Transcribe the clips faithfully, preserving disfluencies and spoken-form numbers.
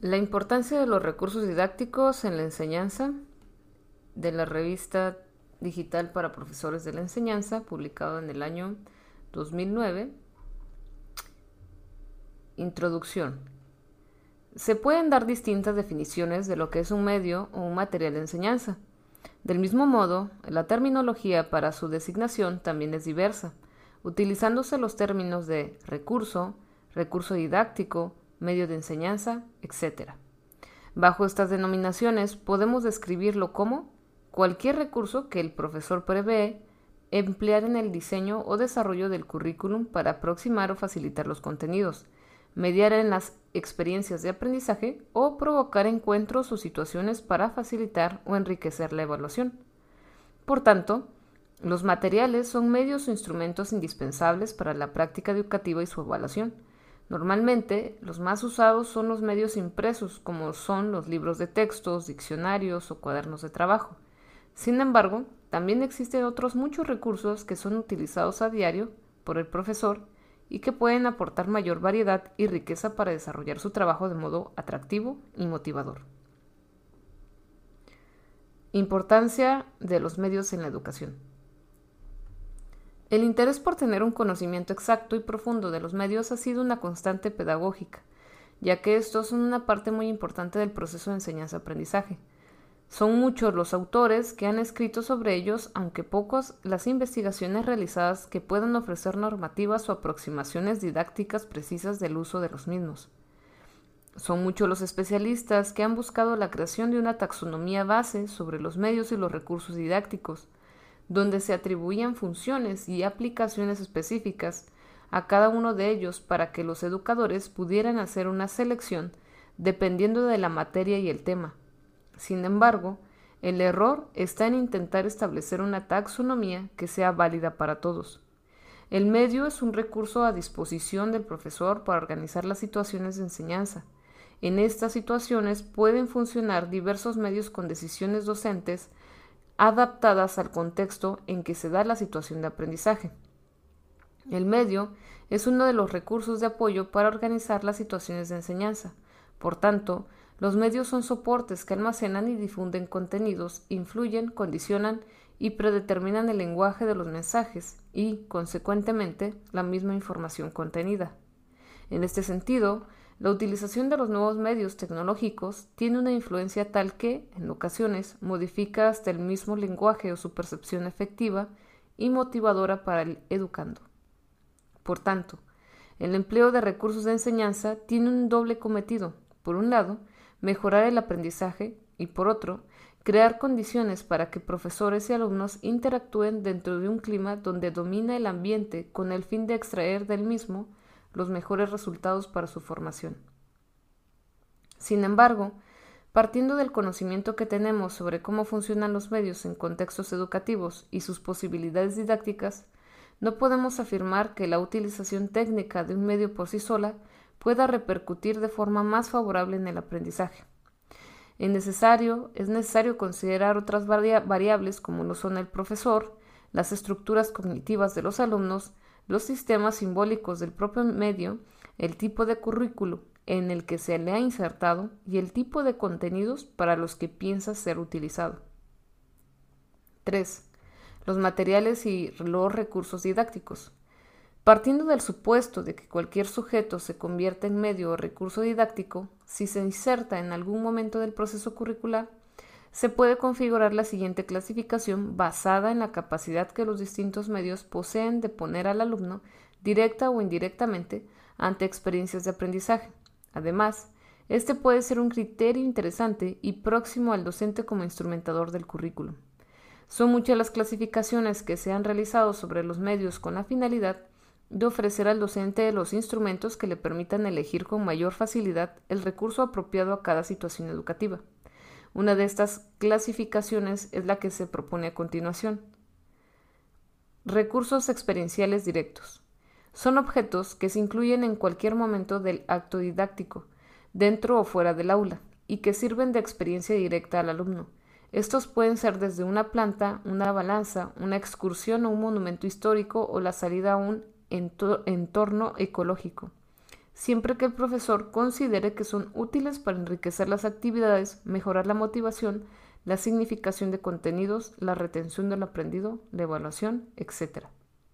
La importancia de los recursos didácticos en la enseñanza, de la revista digital para profesores de la enseñanza, publicado en el año dos mil nueve. Introducción. Se pueden dar distintas definiciones de lo que es un medio o un material de enseñanza. Del mismo modo, la terminología para su designación también es diversa, utilizándose los términos de recurso, recurso didáctico, medio de enseñanza, etcétera. Bajo estas denominaciones podemos describirlo como cualquier recurso que el profesor prevé emplear en el diseño o desarrollo del currículum para aproximar o facilitar los contenidos, mediar en las experiencias de aprendizaje o provocar encuentros o situaciones para facilitar o enriquecer la evaluación. Por tanto, los materiales son medios o instrumentos indispensables para la práctica educativa y su evaluación. Normalmente, los más usados son los medios impresos, como son los libros de textos, diccionarios o cuadernos de trabajo. Sin embargo, también existen otros muchos recursos que son utilizados a diario por el profesor y que pueden aportar mayor variedad y riqueza para desarrollar su trabajo de modo atractivo y motivador. Importancia de los medios en la educación. El interés por tener un conocimiento exacto y profundo de los medios ha sido una constante pedagógica, ya que estos son una parte muy importante del proceso de enseñanza-aprendizaje. Son muchos los autores que han escrito sobre ellos, aunque pocos las investigaciones realizadas que puedan ofrecer normativas o aproximaciones didácticas precisas del uso de los mismos. Son muchos los especialistas que han buscado la creación de una taxonomía base sobre los medios y los recursos didácticos, donde se atribuían funciones y aplicaciones específicas a cada uno de ellos para que los educadores pudieran hacer una selección dependiendo de la materia y el tema. Sin embargo, el error está en intentar establecer una taxonomía que sea válida para todos. El medio es un recurso a disposición del profesor para organizar las situaciones de enseñanza. En estas situaciones pueden funcionar diversos medios con decisiones docentes adaptadas al contexto en que se da la situación de aprendizaje. El medio es uno de los recursos de apoyo para organizar las situaciones de enseñanza. Por tanto, los medios son soportes que almacenan y difunden contenidos, influyen, condicionan y predeterminan el lenguaje de los mensajes y, consecuentemente, la misma información contenida. En este sentido, la utilización de los nuevos medios tecnológicos tiene una influencia tal que, en ocasiones, modifica hasta el mismo lenguaje o su percepción efectiva y motivadora para el educando. Por tanto, el empleo de recursos de enseñanza tiene un doble cometido. Por un lado, mejorar el aprendizaje y, por otro, crear condiciones para que profesores y alumnos interactúen dentro de un clima donde domina el ambiente con el fin de extraer del mismo los mejores resultados para su formación. Sin embargo, partiendo del conocimiento que tenemos sobre cómo funcionan los medios en contextos educativos y sus posibilidades didácticas, no podemos afirmar que la utilización técnica de un medio por sí sola pueda repercutir de forma más favorable en el aprendizaje. Es necesario, es necesario considerar otras variables como lo son el profesor, las estructuras cognitivas de los alumnos, los sistemas simbólicos del propio medio, el tipo de currículo en el que se le ha insertado y el tipo de contenidos para los que piensa ser utilizado. tres. Los materiales y los recursos didácticos. Partiendo del supuesto de que cualquier sujeto se convierte en medio o recurso didáctico, si se inserta en algún momento del proceso curricular, se puede configurar la siguiente clasificación basada en la capacidad que los distintos medios poseen de poner al alumno, directa o indirectamente, ante experiencias de aprendizaje. Además, este puede ser un criterio interesante y próximo al docente como instrumentador del currículum. Son muchas las clasificaciones que se han realizado sobre los medios con la finalidad de ofrecer al docente los instrumentos que le permitan elegir con mayor facilidad el recurso apropiado a cada situación educativa. Una de estas clasificaciones es la que se propone a continuación. Recursos experienciales directos. Son objetos que se incluyen en cualquier momento del acto didáctico, dentro o fuera del aula, y que sirven de experiencia directa al alumno. Estos pueden ser desde una planta, una balanza, una excursión a un monumento histórico o la salida a un entorno ecológico. siempre que el profesor considere que son útiles para enriquecer las actividades, mejorar la motivación, la significación de contenidos, la retención del aprendido, la evaluación, etcétera.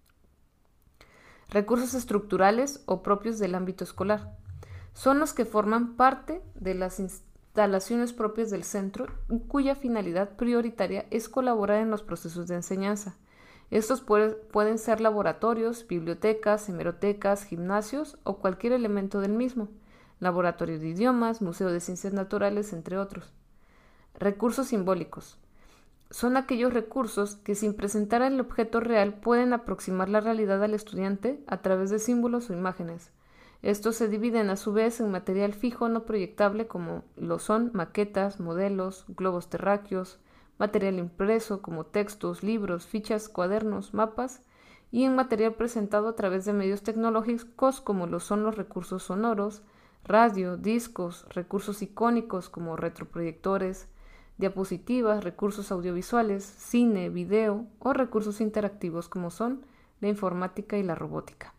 Recursos estructurales o propios del ámbito escolar. Son los que forman parte de las instalaciones propias del centro y cuya finalidad prioritaria es colaborar en los procesos de enseñanza. Estos puede, pueden ser laboratorios, bibliotecas, hemerotecas, gimnasios o cualquier elemento del mismo, laboratorio de idiomas, museo de ciencias naturales, entre otros. Recursos simbólicos. Son aquellos recursos que sin presentar el objeto real pueden aproximar la realidad al estudiante a través de símbolos o imágenes. Estos se dividen a su vez en material fijo no proyectable como lo son maquetas, modelos, globos terráqueos, material impreso como textos, libros, fichas, cuadernos, mapas, y en material presentado a través de medios tecnológicos como lo son los recursos sonoros, radio, discos, recursos icónicos como retroproyectores, diapositivas, recursos audiovisuales, cine, video o recursos interactivos como son la informática y la robótica.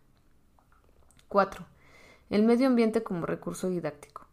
cuatro. El medio ambiente como recurso didáctico.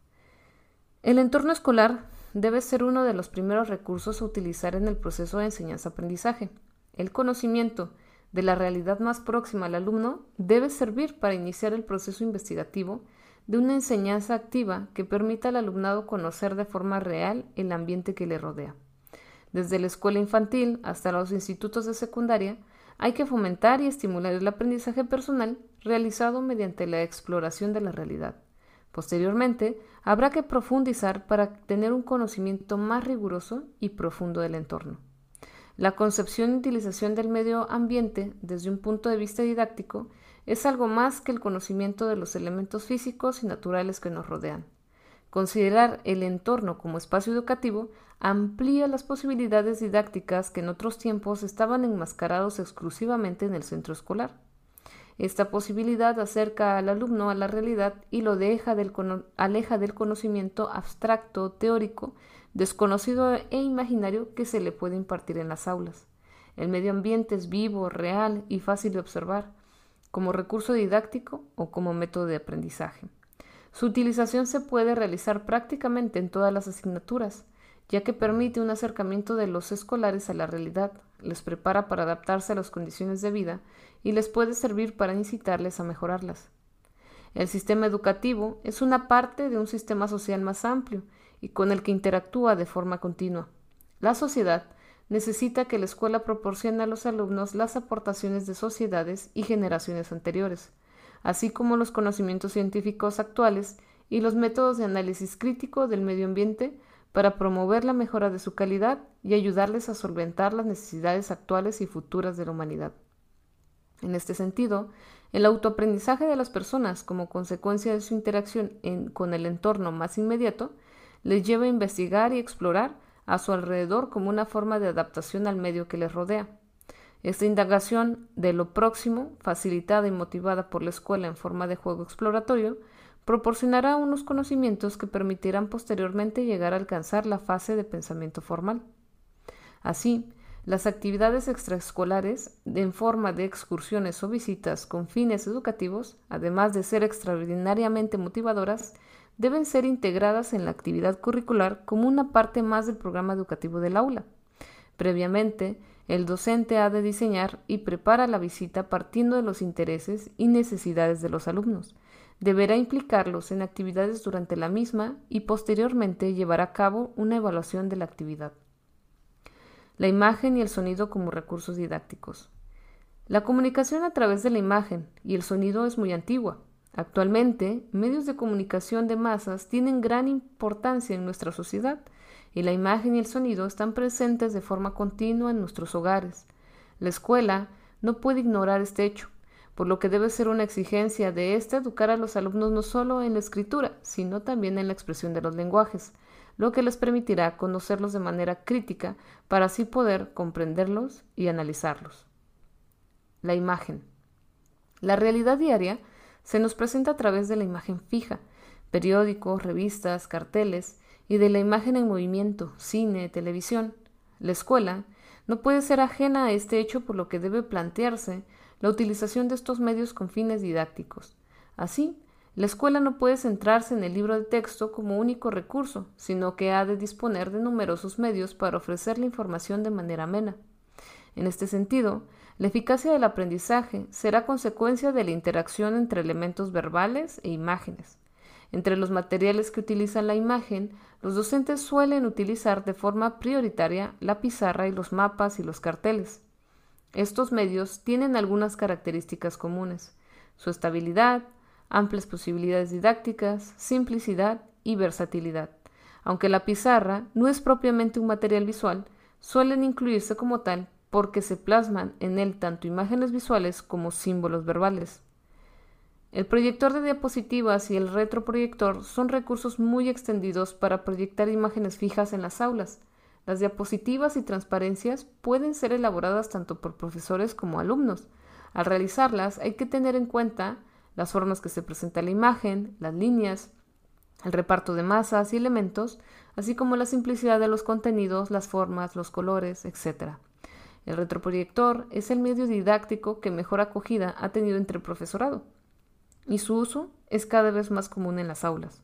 El entorno escolar debe ser uno de los primeros recursos a utilizar en el proceso de enseñanza-aprendizaje. El conocimiento de la realidad más próxima al alumno debe servir para iniciar el proceso investigativo de una enseñanza activa que permita al alumnado conocer de forma real el ambiente que le rodea. Desde la escuela infantil hasta los institutos de secundaria, hay que fomentar y estimular el aprendizaje personal realizado mediante la exploración de la realidad. Posteriormente, habrá que profundizar para tener un conocimiento más riguroso y profundo del entorno. La concepción y utilización del medio ambiente desde un punto de vista didáctico es algo más que el conocimiento de los elementos físicos y naturales que nos rodean. Considerar el entorno como espacio educativo amplía las posibilidades didácticas que en otros tiempos estaban enmascarados exclusivamente en el centro escolar. Esta posibilidad acerca al alumno a la realidad y lo deja del cono- aleja del conocimiento abstracto, teórico, desconocido e imaginario que se le puede impartir en las aulas. El medio ambiente es vivo, real y fácil de observar, como recurso didáctico o como método de aprendizaje. Su utilización se puede realizar prácticamente en todas las asignaturas, ya que permite un acercamiento de los escolares a la realidad, les prepara para adaptarse a las condiciones de vida y les puede servir para incitarles a mejorarlas. El sistema educativo es una parte de un sistema social más amplio y con el que interactúa de forma continua. La sociedad necesita que la escuela proporcione a los alumnos las aportaciones de sociedades y generaciones anteriores, así como los conocimientos científicos actuales y los métodos de análisis crítico del medio ambiente para promover la mejora de su calidad y ayudarles a solventar las necesidades actuales y futuras de la humanidad. En este sentido, el autoaprendizaje de las personas como consecuencia de su interacción en, con el entorno más inmediato les lleva a investigar y explorar a su alrededor como una forma de adaptación al medio que les rodea. Esta indagación de lo próximo, facilitada y motivada por la escuela en forma de juego exploratorio, proporcionará unos conocimientos que permitirán posteriormente llegar a alcanzar la fase de pensamiento formal. Así, las actividades extraescolares, en forma de excursiones o visitas con fines educativos, además de ser extraordinariamente motivadoras, deben ser integradas en la actividad curricular como una parte más del programa educativo del aula. Previamente, el docente ha de diseñar y prepara la visita partiendo de los intereses y necesidades de los alumnos. Deberá implicarlos en actividades durante la misma y posteriormente llevará a cabo una evaluación de la actividad. La imagen y el sonido como recursos didácticos. La comunicación a través de la imagen y el sonido es muy antigua. Actualmente, medios de comunicación de masas tienen gran importancia en nuestra sociedad y la imagen y el sonido están presentes de forma continua en nuestros hogares. La escuela no puede ignorar este hecho, por lo que debe ser una exigencia de ésta educar a los alumnos no solo en la escritura, sino también en la expresión de los lenguajes, lo que les permitirá conocerlos de manera crítica para así poder comprenderlos y analizarlos. La imagen. La realidad diaria se nos presenta a través de la imagen fija, periódicos, revistas, carteles, y de la imagen en movimiento, cine, televisión. La escuela no puede ser ajena a este hecho, por lo que debe plantearse la utilización de estos medios con fines didácticos. Así, La escuela no puede centrarse en el libro de texto como único recurso, sino que ha de disponer de numerosos medios para ofrecer la información de manera amena. En este sentido, la eficacia del aprendizaje será consecuencia de la interacción entre elementos verbales e imágenes. Entre los materiales que utilizan la imagen, los docentes suelen utilizar de forma prioritaria la pizarra y los mapas y los carteles. Estos medios tienen algunas características comunes: su estabilidad, amplias posibilidades didácticas, simplicidad y versatilidad. Aunque la pizarra no es propiamente un material visual, suelen incluirse como tal porque se plasman en él tanto imágenes visuales como símbolos verbales. El proyector de diapositivas y el retroproyector son recursos muy extendidos para proyectar imágenes fijas en las aulas. Las diapositivas y transparencias pueden ser elaboradas tanto por profesores como alumnos. Al realizarlas hay que tener en cuenta las formas que se presenta la imagen, las líneas, el reparto de masas y elementos, así como la simplicidad de los contenidos, las formas, los colores, etcétera. El retroproyector es el medio didáctico que mejor acogida ha tenido entre el profesorado, y su uso es cada vez más común en las aulas.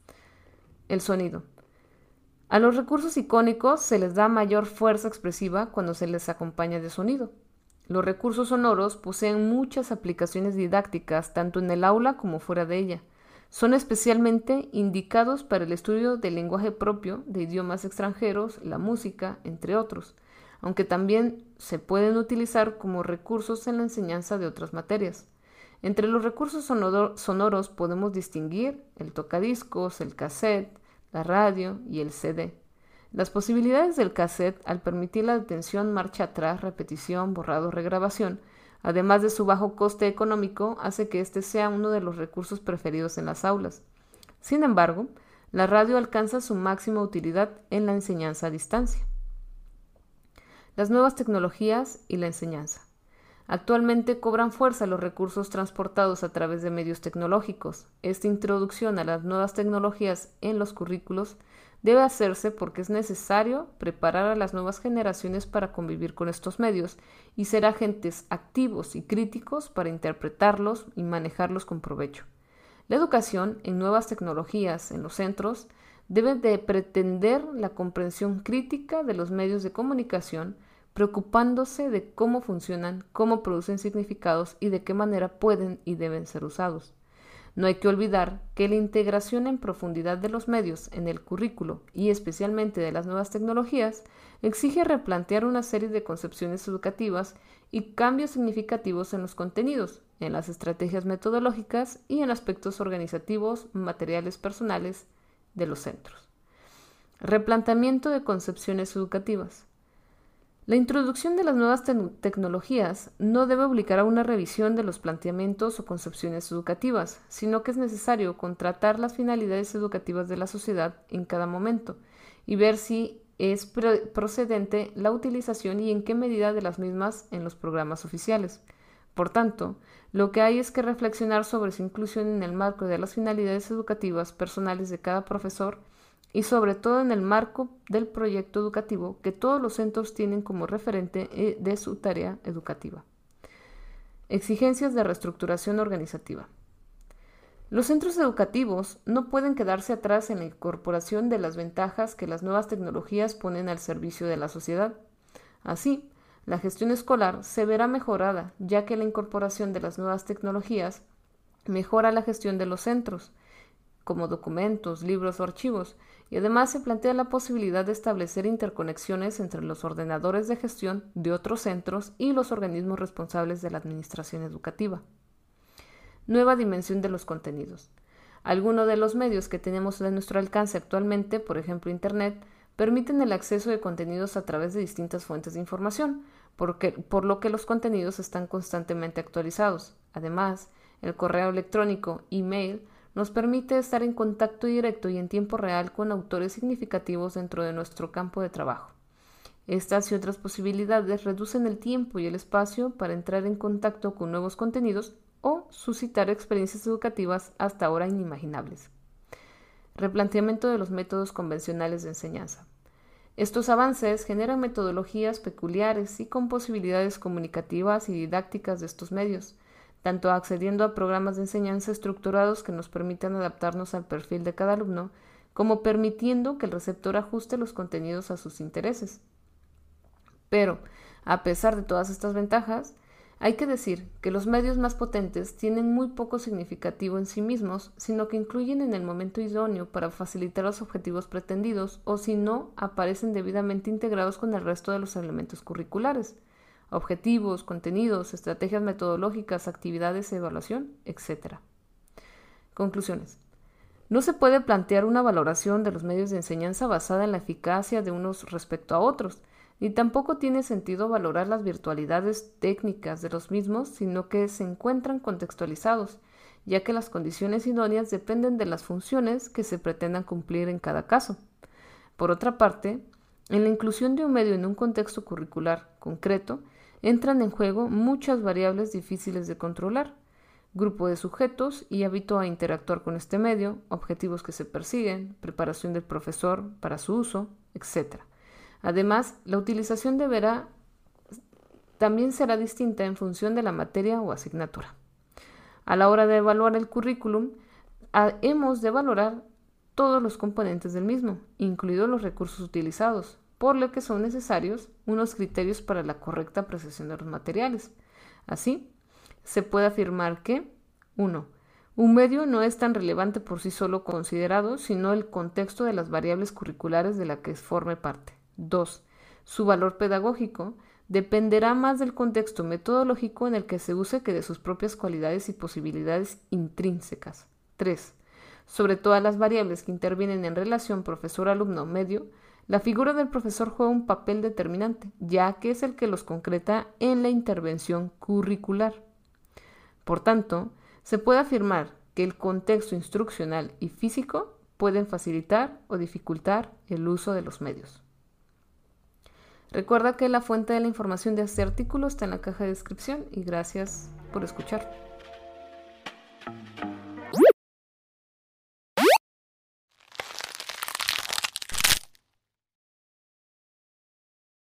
El sonido. A los recursos icónicos se les da mayor fuerza expresiva cuando se les acompaña de sonido. Los recursos sonoros poseen muchas aplicaciones didácticas tanto en el aula como fuera de ella. Son especialmente indicados para el estudio del lenguaje propio, de idiomas extranjeros, la música, entre otros, aunque también se pueden utilizar como recursos en la enseñanza de otras materias. Entre los recursos sonoros podemos distinguir el tocadiscos, el cassette, la radio y el C D. Las posibilidades del cassette, al permitir la detención, marcha atrás, repetición, borrado, regrabación, además de su bajo coste económico, hace que este sea uno de los recursos preferidos en las aulas. Sin embargo, la radio alcanza su máxima utilidad en la enseñanza a distancia. Las nuevas tecnologías y la enseñanza. Actualmente cobran fuerza los recursos transportados a través de medios tecnológicos. Esta introducción a las nuevas tecnologías en los currículos debe hacerse porque es necesario preparar a las nuevas generaciones para convivir con estos medios y ser agentes activos y críticos para interpretarlos y manejarlos con provecho. La educación en nuevas tecnologías en los centros debe de pretender la comprensión crítica de los medios de comunicación, preocupándose de cómo funcionan, cómo producen significados y de qué manera pueden y deben ser usados. No hay que olvidar que la integración en profundidad de los medios en el currículo y especialmente de las nuevas tecnologías exige replantear una serie de concepciones educativas y cambios significativos en los contenidos, en las estrategias metodológicas y en aspectos organizativos, materiales, personales de los centros. Replanteamiento de concepciones educativas. La introducción de las nuevas te- tecnologías no debe obligar a una revisión de los planteamientos o concepciones educativas, sino que es necesario contratar las finalidades educativas de la sociedad en cada momento y ver si es pre- procedente la utilización y en qué medida de las mismas en los programas oficiales. Por tanto, lo que hay es que reflexionar sobre su inclusión en el marco de las finalidades educativas personales de cada profesor y sobre todo en el marco del proyecto educativo que todos los centros tienen como referente de su tarea educativa. Exigencias de reestructuración organizativa. Los centros educativos no pueden quedarse atrás en la incorporación de las ventajas que las nuevas tecnologías ponen al servicio de la sociedad. Así, la gestión escolar se verá mejorada, ya que la incorporación de las nuevas tecnologías mejora la gestión de los centros, como documentos, libros o archivos, y además se plantea la posibilidad de establecer interconexiones entre los ordenadores de gestión de otros centros y los organismos responsables de la administración educativa. Nueva dimensión de los contenidos. Algunos de los medios que tenemos a nuestro alcance actualmente, por ejemplo Internet, permiten el acceso de contenidos a través de distintas fuentes de información, porque, por lo que los contenidos están constantemente actualizados. Además, el correo electrónico, email, nos permite estar en contacto directo y en tiempo real con autores significativos dentro de nuestro campo de trabajo. Estas y otras posibilidades reducen el tiempo y el espacio para entrar en contacto con nuevos contenidos o suscitar experiencias educativas hasta ahora inimaginables. Replanteamiento de los métodos convencionales de enseñanza. Estos avances generan metodologías peculiares y con posibilidades comunicativas y didácticas de estos medios. tanto accediendo a programas de enseñanza estructurados que nos permitan adaptarnos al perfil de cada alumno, como permitiendo que el receptor ajuste los contenidos a sus intereses. Pero, a pesar de todas estas ventajas, hay que decir que los medios más potentes tienen muy poco significativo en sí mismos, sino que incluyen en el momento idóneo para facilitar los objetivos pretendidos o si no, aparecen debidamente integrados con el resto de los elementos curriculares, objetivos, contenidos, estrategias metodológicas, actividades de evaluación, etcétera. Conclusiones. No se puede plantear una valoración de los medios de enseñanza basada en la eficacia de unos respecto a otros, ni tampoco tiene sentido valorar las virtualidades técnicas de los mismos, sino que se encuentran contextualizados, ya que las condiciones idóneas dependen de las funciones que se pretendan cumplir en cada caso. Por otra parte, en la inclusión de un medio en un contexto curricular concreto, entran en juego muchas variables difíciles de controlar: grupo de sujetos y hábito a interactuar con este medio, objetivos que se persiguen, preparación del profesor para su uso, etcétera. Además, la utilización deberá también será distinta en función de la materia o asignatura. A la hora de evaluar el currículum, hemos de valorar todos los componentes del mismo, incluidos los recursos utilizados, por lo que son necesarios unos criterios para la correcta apreciación de los materiales. Así, se puede afirmar que uno. Un medio no es tan relevante por sí solo considerado, sino el contexto de las variables curriculares de la que forme parte. dos. Su valor pedagógico dependerá más del contexto metodológico en el que se use que de sus propias cualidades y posibilidades intrínsecas. tres. Sobre todas las variables que intervienen en relación profesor-alumno-medio, la figura del profesor juega un papel determinante, ya que es el que los concreta en la intervención curricular. Por tanto, se puede afirmar que el contexto instruccional y físico pueden facilitar o dificultar el uso de los medios. Recuerda que la fuente de la información de este artículo está en la caja de descripción y gracias por escuchar.